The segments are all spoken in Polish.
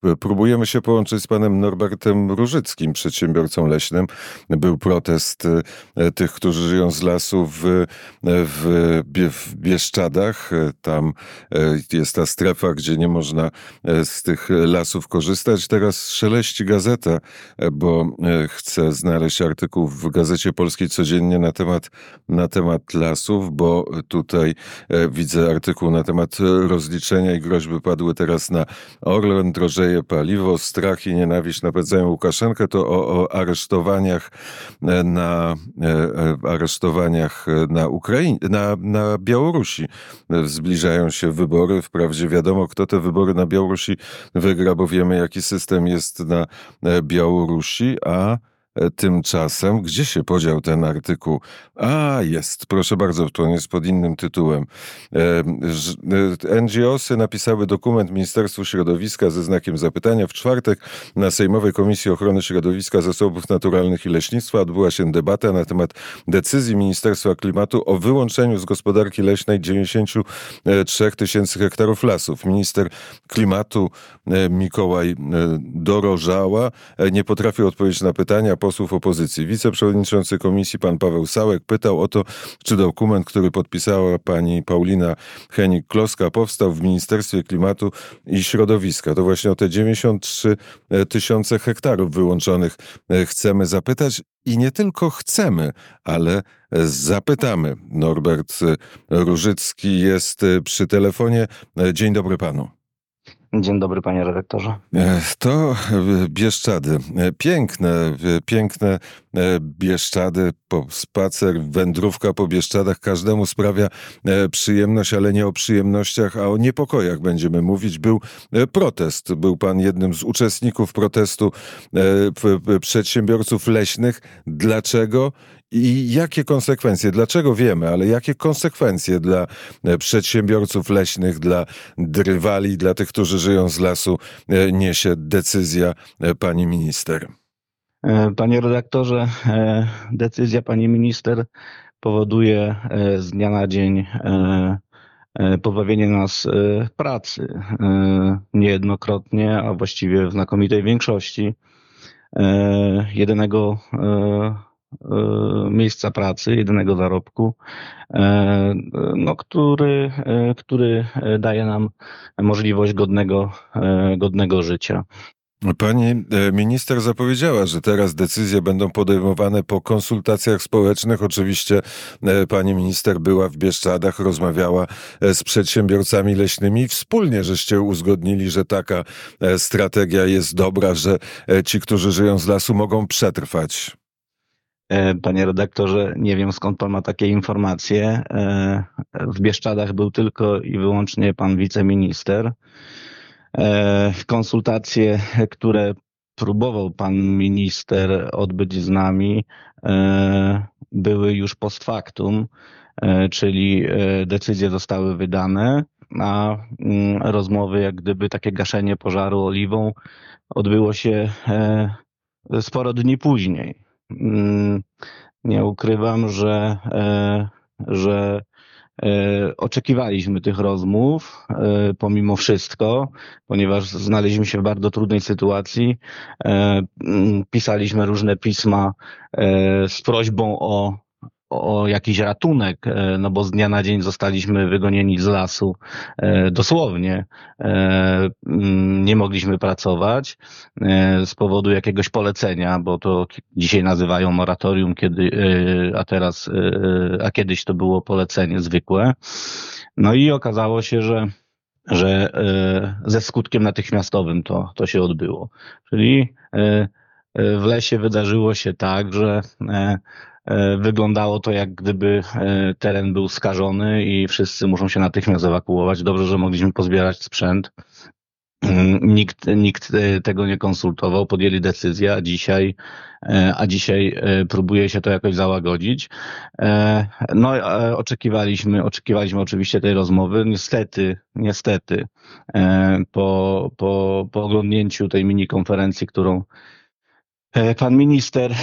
Próbujemy się połączyć z panem Norbertem Różyckim, przedsiębiorcą leśnym. Był protest tych, którzy żyją z lasu w Bieszczadach. Tam jest ta strefa, gdzie nie można z tych lasów korzystać. Teraz szeleści gazeta, bo chcę znaleźć artykuł w Gazecie Polskiej codziennie na temat lasów, bo tutaj widzę artykuł na temat rozliczenia i groźby padły teraz na Orlen, drożeje paliwo, strach i nienawiść napędzają Łukaszenkę. To o aresztowaniach na Ukrainie, na Białorusi. Zbliżają się wybory. Wprawdzie wiadomo, kto te wybory na Białorusi wygra, bo wiemy, jaki system jest na Białorusi, a tymczasem, gdzie się podział ten artykuł? Jest, proszę bardzo, to jest pod innym tytułem. NGOsy napisały dokument Ministerstwu Środowiska ze znakiem zapytania. W czwartek na Sejmowej Komisji Ochrony Środowiska, Zasobów Naturalnych i Leśnictwa odbyła się debata na temat decyzji Ministerstwa Klimatu o wyłączeniu z gospodarki leśnej 93 tysięcy hektarów lasów. Minister klimatu Mikołaj Dorożała nie potrafił odpowiedzieć na pytania posłów opozycji. Wiceprzewodniczący komisji pan Paweł Sałek pytał o to, czy dokument, który podpisała pani Paulina Henik-Kloska, powstał w Ministerstwie Klimatu i Środowiska. To właśnie o te 93 tysiące hektarów wyłączonych chcemy zapytać i nie tylko chcemy, ale zapytamy. Norbert Różycki jest przy telefonie. Dzień dobry panu. Dzień dobry, panie redaktorze. To Bieszczady. Piękne Bieszczady, spacer, wędrówka po Bieszczadach każdemu sprawia przyjemność, ale nie o przyjemnościach, a o niepokojach będziemy mówić. Był protest. Był pan jednym z uczestników protestu przedsiębiorców leśnych. Dlaczego? I jakie konsekwencje? Dlaczego wiemy, ale jakie konsekwencje dla przedsiębiorców leśnych, dla drwali, dla tych, którzy żyją z lasu, niesie decyzja pani minister? Panie redaktorze, decyzja pani minister powoduje z dnia na dzień pozbawienie nas pracy. Niejednokrotnie, a właściwie w znakomitej większości jedynego miejsca pracy, jedynego zarobku, który daje nam możliwość godnego życia. Pani minister zapowiedziała, że teraz decyzje będą podejmowane po konsultacjach społecznych. Oczywiście pani minister była w Bieszczadach, rozmawiała z przedsiębiorcami leśnymi. Wspólnie żeście uzgodnili, że taka strategia jest dobra, że ci, którzy żyją z lasu, mogą przetrwać. Panie redaktorze, nie wiem, skąd pan ma takie informacje. W Bieszczadach był tylko i wyłącznie pan wiceminister. Konsultacje, które próbował pan minister odbyć z nami, były już post factum, czyli decyzje zostały wydane, a rozmowy, jak gdyby takie gaszenie pożaru oliwą, odbyło się sporo dni później. Nie ukrywam, że oczekiwaliśmy tych rozmów pomimo wszystko, ponieważ znaleźliśmy się w bardzo trudnej sytuacji. Pisaliśmy różne pisma z prośbą o jakiś ratunek, no bo z dnia na dzień zostaliśmy wygonieni z lasu dosłownie. Nie mogliśmy pracować z powodu jakiegoś polecenia, bo to dzisiaj nazywają moratorium, a kiedyś to było polecenie zwykłe. No i okazało się, że ze skutkiem natychmiastowym to się odbyło. Czyli w lesie wydarzyło się tak, że wyglądało to, jak gdyby teren był skażony i wszyscy muszą się natychmiast ewakuować. Dobrze, że mogliśmy pozbierać sprzęt. Nikt tego nie konsultował, podjęli decyzję, a dzisiaj próbuje się to jakoś załagodzić. No, oczekiwaliśmy oczywiście tej rozmowy. Niestety, po oglądnięciu tej mini konferencji, którą pan minister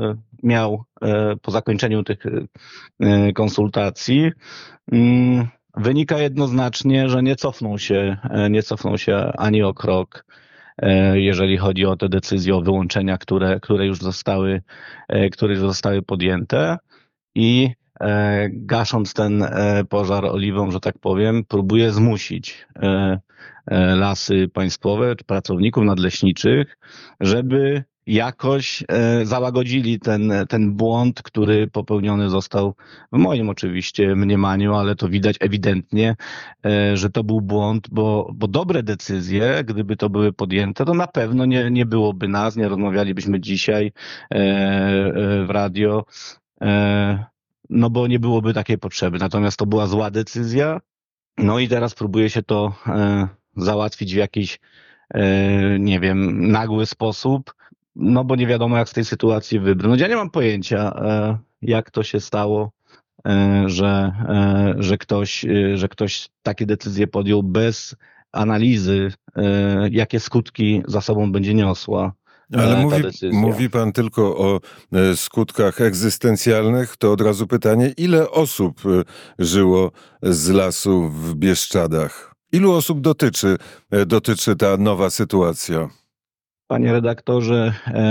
miał po zakończeniu tych konsultacji, wynika jednoznacznie, że nie cofną się ani o krok, jeżeli chodzi o te decyzje o wyłączenia, które już zostały podjęte i gasząc ten pożar oliwą, że tak powiem, próbuje zmusić Lasy Państwowe, czy pracowników nadleśniczych, żeby jakoś załagodzili ten błąd, który popełniony został w moim oczywiście mniemaniu, ale to widać ewidentnie, że to był błąd, bo dobre decyzje, gdyby to były podjęte, to na pewno nie byłoby nas, nie rozmawialibyśmy dzisiaj w radio, no bo nie byłoby takiej potrzeby. Natomiast to była zła decyzja, no i teraz próbuje się to załatwić w jakiś, nie wiem, nagły sposób, no bo nie wiadomo, jak z tej sytuacji wybrnąć. Ja nie mam pojęcia, jak to się stało, że ktoś takie decyzje podjął bez analizy, jakie skutki za sobą będzie niosła Ale ta decyzja. mówi pan tylko o skutkach egzystencjalnych, to od razu pytanie, ile osób żyło z lasu w Bieszczadach? Ilu osób dotyczy ta nowa sytuacja? Panie redaktorze,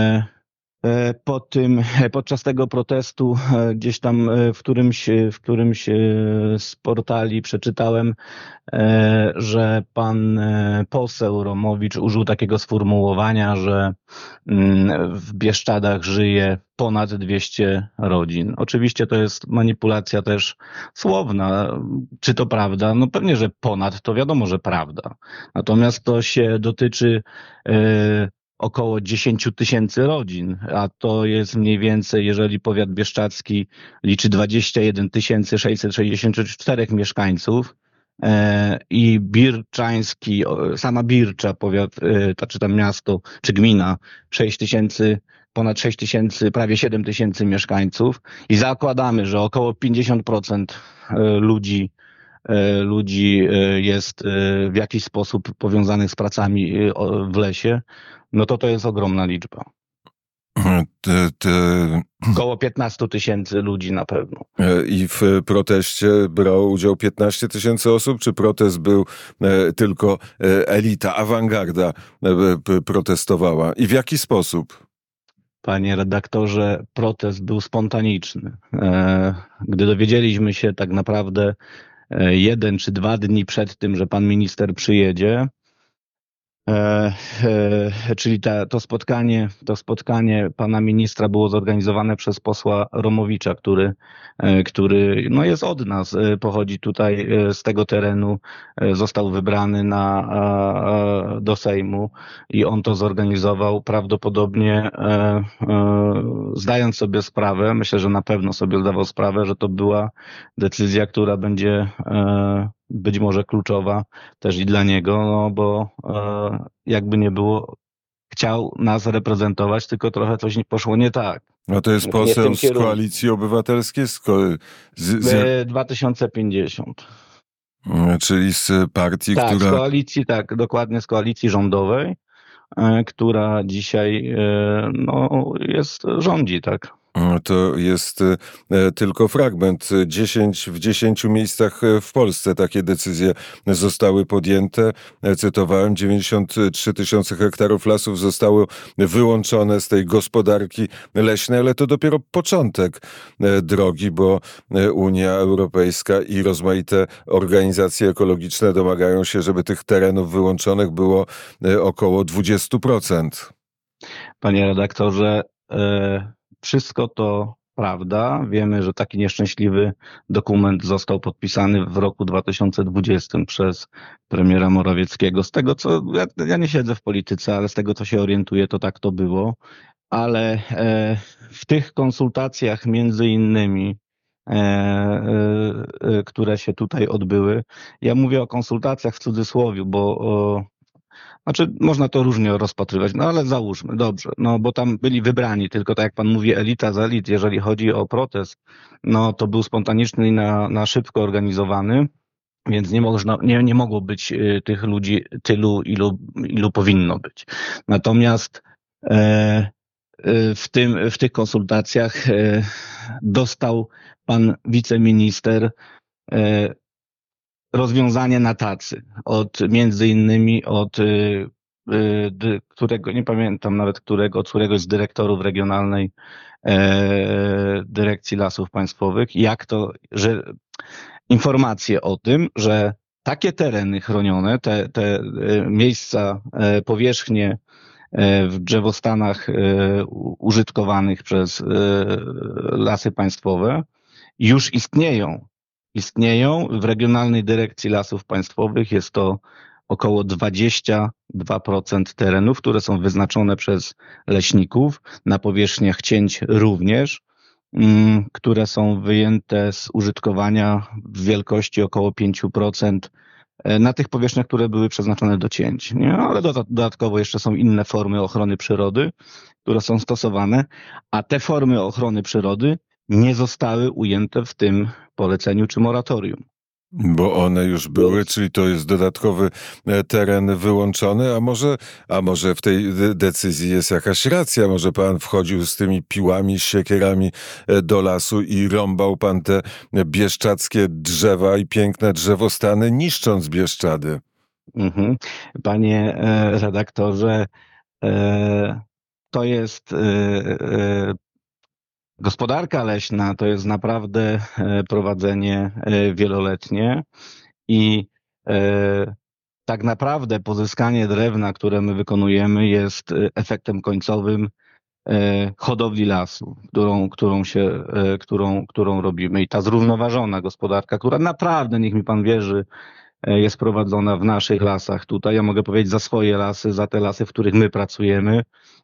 podczas tego protestu gdzieś tam w którymś z portali przeczytałem, że pan poseł Romowicz użył takiego sformułowania, że w Bieszczadach żyje ponad 200 rodzin. Oczywiście to jest manipulacja też słowna. Czy to prawda? No pewnie, że ponad, to wiadomo, że prawda. Natomiast to się dotyczy około 10 000 rodzin, a to jest mniej więcej, jeżeli powiat bieszczadzki liczy 21 664 mieszkańców i birczański, sama Bircza, powiat, czy tam miasto, czy gmina, ponad 6 000, prawie 7 000 mieszkańców i zakładamy, że około 50% ludzi jest w jakiś sposób powiązanych z pracami w lesie, no to jest ogromna liczba. Około 15 000 ludzi na pewno. I w proteście brało udział 15 000 osób, czy protest był tylko elita, awangarda protestowała? I w jaki sposób? Panie redaktorze, protest był spontaniczny. Gdy dowiedzieliśmy się tak naprawdę 1 czy 2 dni przed tym, że pan minister przyjedzie, czyli to spotkanie pana ministra było zorganizowane przez posła Romowicza, który no jest od nas, pochodzi tutaj z tego terenu, został wybrany do Sejmu i on to zorganizował prawdopodobnie zdając sobie sprawę, myślę, że na pewno sobie zdawał sprawę, że to była decyzja, która będzie być może kluczowa też i dla niego, no bo jakby nie było, chciał nas reprezentować, tylko trochę coś poszło nie tak. A to jest poseł z Koalicji Obywatelskiej? 2050. Czyli z partii, tak, która... z koalicji, tak, dokładnie z koalicji rządowej, która dzisiaj rządzi, tak. To jest tylko fragment. W 10 miejscach w Polsce takie decyzje zostały podjęte. Cytowałem, 93 000 hektarów lasów zostało wyłączone z tej gospodarki leśnej, ale to dopiero początek drogi, bo Unia Europejska i rozmaite organizacje ekologiczne domagają się, żeby tych terenów wyłączonych było około 20%. Panie redaktorze, wszystko to prawda. Wiemy, że taki nieszczęśliwy dokument został podpisany w roku 2020 przez premiera Morawieckiego. Z tego, co ja nie siedzę w polityce, ale z tego, co się orientuję, to tak to było. Ale w tych konsultacjach między innymi, które się tutaj odbyły, ja mówię o konsultacjach w cudzysłowie, bo można to różnie rozpatrywać, no ale załóżmy, dobrze, no bo tam byli wybrani, tylko tak jak pan mówi, elita z elit, jeżeli chodzi o protest, no to był spontaniczny i na szybko organizowany, więc nie mogło być tych ludzi tylu, ilu powinno być. Natomiast w tych konsultacjach dostał pan wiceminister rozwiązanie na tacy. Między innymi od którego, nie pamiętam nawet od któregoś z dyrektorów regionalnej Dyrekcji Lasów Państwowych, że informacje o tym, że takie tereny chronione, te miejsca, powierzchnie w drzewostanach użytkowanych przez Lasy Państwowe już istnieją. Istnieją w Regionalnej Dyrekcji Lasów Państwowych. Jest to około 22% terenów, które są wyznaczone przez leśników, na powierzchniach cięć również, które są wyjęte z użytkowania w wielkości około 5% na tych powierzchniach, które były przeznaczone do cięć. Nie? Ale dodatkowo jeszcze są inne formy ochrony przyrody, które są stosowane, a te formy ochrony przyrody nie zostały ujęte w tym poleceniu czy moratorium. Bo one już były, czyli to jest dodatkowy teren wyłączony, a może w tej decyzji jest jakaś racja, może pan wchodził z tymi piłami, siekierami do lasu i rąbał pan te bieszczadzkie drzewa i piękne drzewostany, niszcząc Bieszczady. Panie redaktorze, to jest gospodarka leśna, to jest naprawdę prowadzenie wieloletnie i tak naprawdę pozyskanie drewna, które my wykonujemy, jest efektem końcowym hodowli lasu, którą robimy. I ta zrównoważona gospodarka, która naprawdę, niech mi pan wierzy, jest prowadzona w naszych lasach tutaj. Ja mogę powiedzieć za swoje lasy, za te lasy, w których my pracujemy,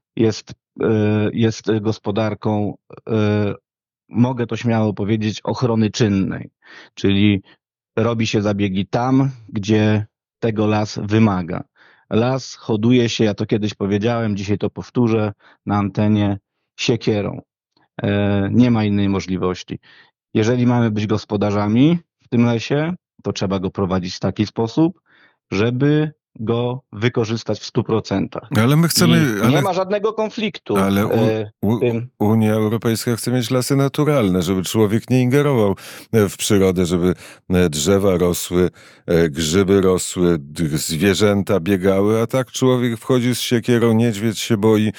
jest gospodarką, mogę to śmiało powiedzieć, ochrony czynnej. Czyli robi się zabiegi tam, gdzie tego las wymaga. Las hoduje się, ja to kiedyś powiedziałem, dzisiaj to powtórzę na antenie, siekierą. Nie ma innej możliwości. Jeżeli mamy być gospodarzami w tym lesie, to trzeba go prowadzić w taki sposób, żeby go wykorzystać w 100%. Ale my chcemy... Nie ma żadnego konfliktu. Ale Unia Europejska chce mieć lasy naturalne, żeby człowiek nie ingerował w przyrodę, żeby drzewa rosły, grzyby rosły, zwierzęta biegały, a tak człowiek wchodzi z siekierą, niedźwiedź się boi,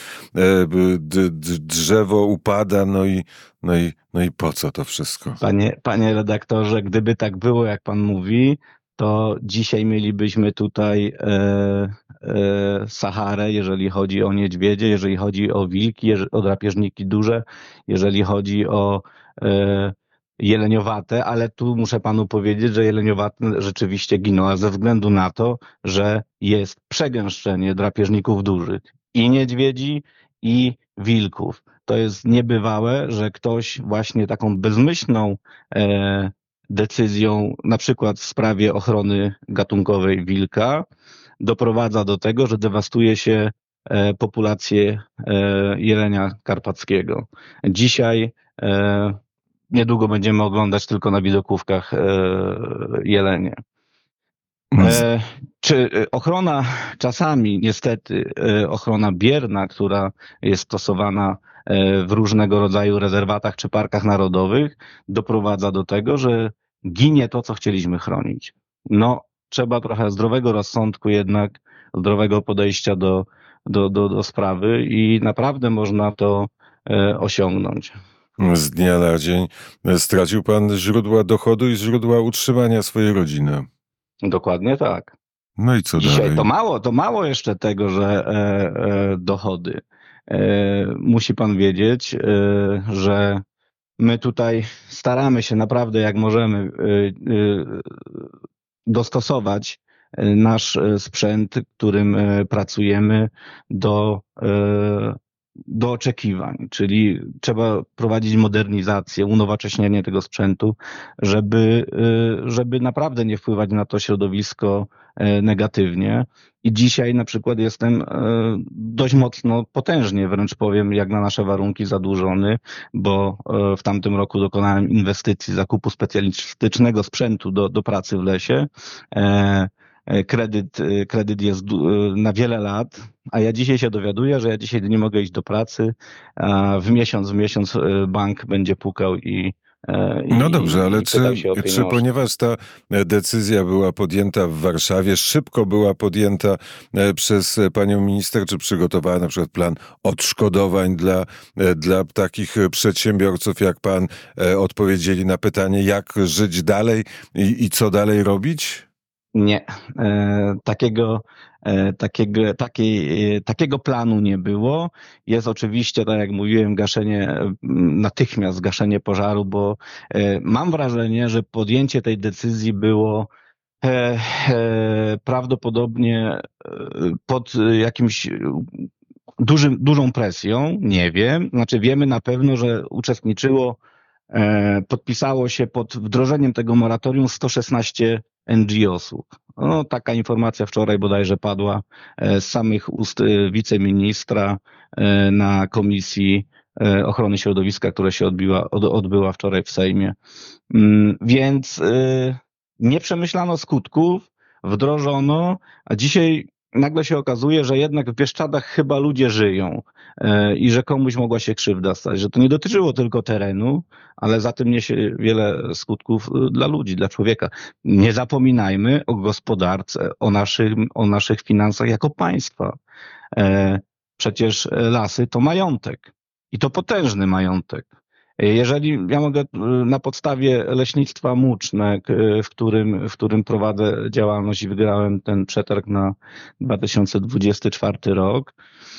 drzewo upada, no i po co to wszystko? Panie redaktorze, gdyby tak było, jak pan mówi, to dzisiaj mielibyśmy tutaj Saharę, jeżeli chodzi o niedźwiedzie, jeżeli chodzi o wilki, o drapieżniki duże, jeżeli chodzi o jeleniowate, ale tu muszę panu powiedzieć, że jeleniowate rzeczywiście giną, a ze względu na to, że jest przegęszczenie drapieżników dużych i niedźwiedzi, i wilków. To jest niebywałe, że ktoś właśnie taką bezmyślną decyzją, na przykład w sprawie ochrony gatunkowej wilka, doprowadza do tego, że dewastuje się populację jelenia karpackiego. Dzisiaj niedługo będziemy oglądać tylko na widokówkach jelenie. Czy ochrona, czasami niestety ochrona bierna, która jest stosowana w różnego rodzaju rezerwatach czy parkach narodowych, doprowadza do tego, że ginie to, co chcieliśmy chronić. No, trzeba trochę zdrowego rozsądku jednak, zdrowego podejścia do sprawy i naprawdę można to osiągnąć. Z dnia na dzień stracił pan źródła dochodu i źródła utrzymania swojej rodziny. Dokładnie tak. No i co dzisiaj dalej? To mało jeszcze tego, że dochody. Musi pan wiedzieć, że my tutaj staramy się naprawdę jak możemy dostosować nasz sprzęt, którym pracujemy do oczekiwań, czyli trzeba prowadzić modernizację, unowocześnienie tego sprzętu, żeby naprawdę nie wpływać na to środowisko negatywnie. I dzisiaj na przykład jestem dość mocno, potężnie wręcz powiem, jak na nasze warunki zadłużony, bo w tamtym roku dokonałem inwestycji zakupu specjalistycznego sprzętu do pracy w lesie. Kredyt jest na wiele lat, a ja dzisiaj się dowiaduję, że ja dzisiaj nie mogę iść do pracy, a w miesiąc bank będzie pukał i No dobrze, ale pytał się o czy pieniądze. ponieważ ta decyzja była podjęta w Warszawie, szybko była podjęta przez panią minister, czy przygotowała na przykład plan odszkodowań dla takich przedsiębiorców jak pan, odpowiedzieli na pytanie, jak żyć dalej i co dalej robić? Nie, takiego planu nie było. Jest oczywiście, tak jak mówiłem, natychmiast gaszenie pożaru, bo mam wrażenie, że podjęcie tej decyzji było prawdopodobnie pod jakimś dużą presją, nie wiem. Znaczy wiemy na pewno, że podpisało się pod wdrożeniem tego moratorium 116 NGO-sów. No, taka informacja wczoraj bodajże padła z samych ust wiceministra na Komisji Ochrony Środowiska, która się odbyła wczoraj w Sejmie. Więc nie przemyślano skutków, wdrożono, a dzisiaj nagle się okazuje, że jednak w Bieszczadach chyba ludzie żyją i że komuś mogła się krzywda stać, że to nie dotyczyło tylko terenu, ale za tym niesie wiele skutków dla ludzi, dla człowieka. Nie zapominajmy o gospodarce, o naszych finansach jako państwa. Przecież lasy to majątek i to potężny majątek. Jeżeli ja mogę na podstawie leśnictwa Mucznek, w którym prowadzę działalność i wygrałem ten przetarg na 2024 rok,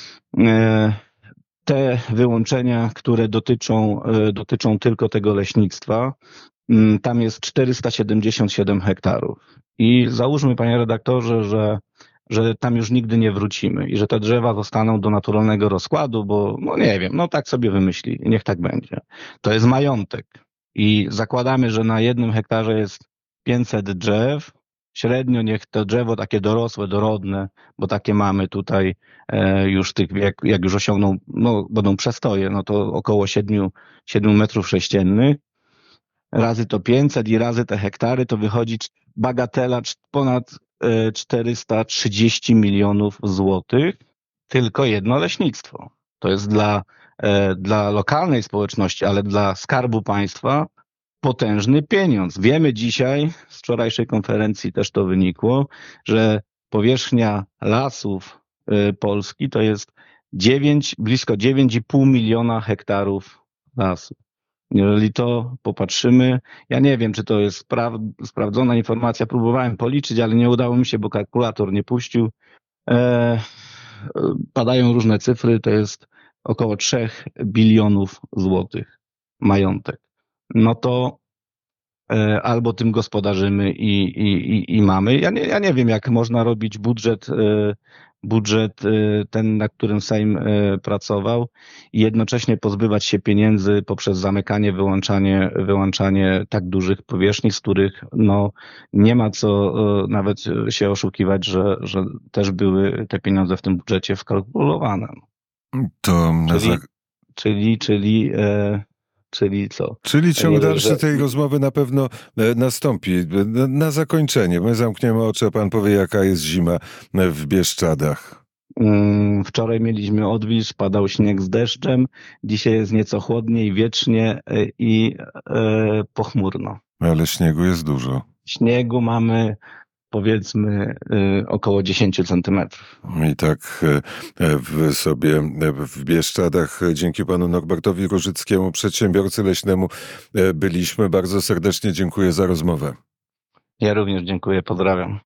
te wyłączenia, które dotyczą tylko tego leśnictwa, tam jest 477 hektarów. I załóżmy, panie redaktorze, że tam już nigdy nie wrócimy i że te drzewa zostaną do naturalnego rozkładu, bo no nie wiem, no tak sobie wymyślili, niech tak będzie. To jest majątek i zakładamy, że na 1 hektarze jest 500 drzew. Średnio niech to drzewo takie dorosłe, dorodne, bo takie mamy tutaj już tych, jak już osiągną, no będą przestoje, no to około 7 metrów sześciennych. Razy to 500 i razy te hektary, to wychodzi bagatela ponad 430 milionów złotych, tylko jedno leśnictwo. To jest dla lokalnej społeczności, ale dla Skarbu Państwa potężny pieniądz. Wiemy dzisiaj, z wczorajszej konferencji też to wynikło, że powierzchnia lasów Polski to jest blisko 9,5 miliona hektarów lasów. Jeżeli to popatrzymy, ja nie wiem, czy to jest sprawdzona informacja, próbowałem policzyć, ale nie udało mi się, bo kalkulator nie puścił. Padają różne cyfry, to jest około 3 bilionów złotych majątek. No to albo tym gospodarzymy i mamy. Ja nie wiem, jak można robić budżet ten, na którym Sejm pracował i jednocześnie pozbywać się pieniędzy poprzez zamykanie, wyłączanie tak dużych powierzchni, z których no, nie ma co nawet się oszukiwać, że też były te pieniądze w tym budżecie wkalkulowane. Czyli co? Czyli ciąg dalszy tej rozmowy na pewno nastąpi. Na zakończenie, my zamkniemy oczy, a pan powie, jaka jest zima w Bieszczadach. Wczoraj mieliśmy odwilż, padał śnieg z deszczem, dzisiaj jest nieco chłodniej, wiecznie i pochmurno. Ale śniegu jest dużo. Śniegu mamy powiedzmy około 10 centymetrów. I tak w Bieszczadach dzięki panu Norbertowi Różyckiemu, przedsiębiorcy leśnemu, byliśmy. Bardzo serdecznie dziękuję za rozmowę. Ja również dziękuję, pozdrawiam.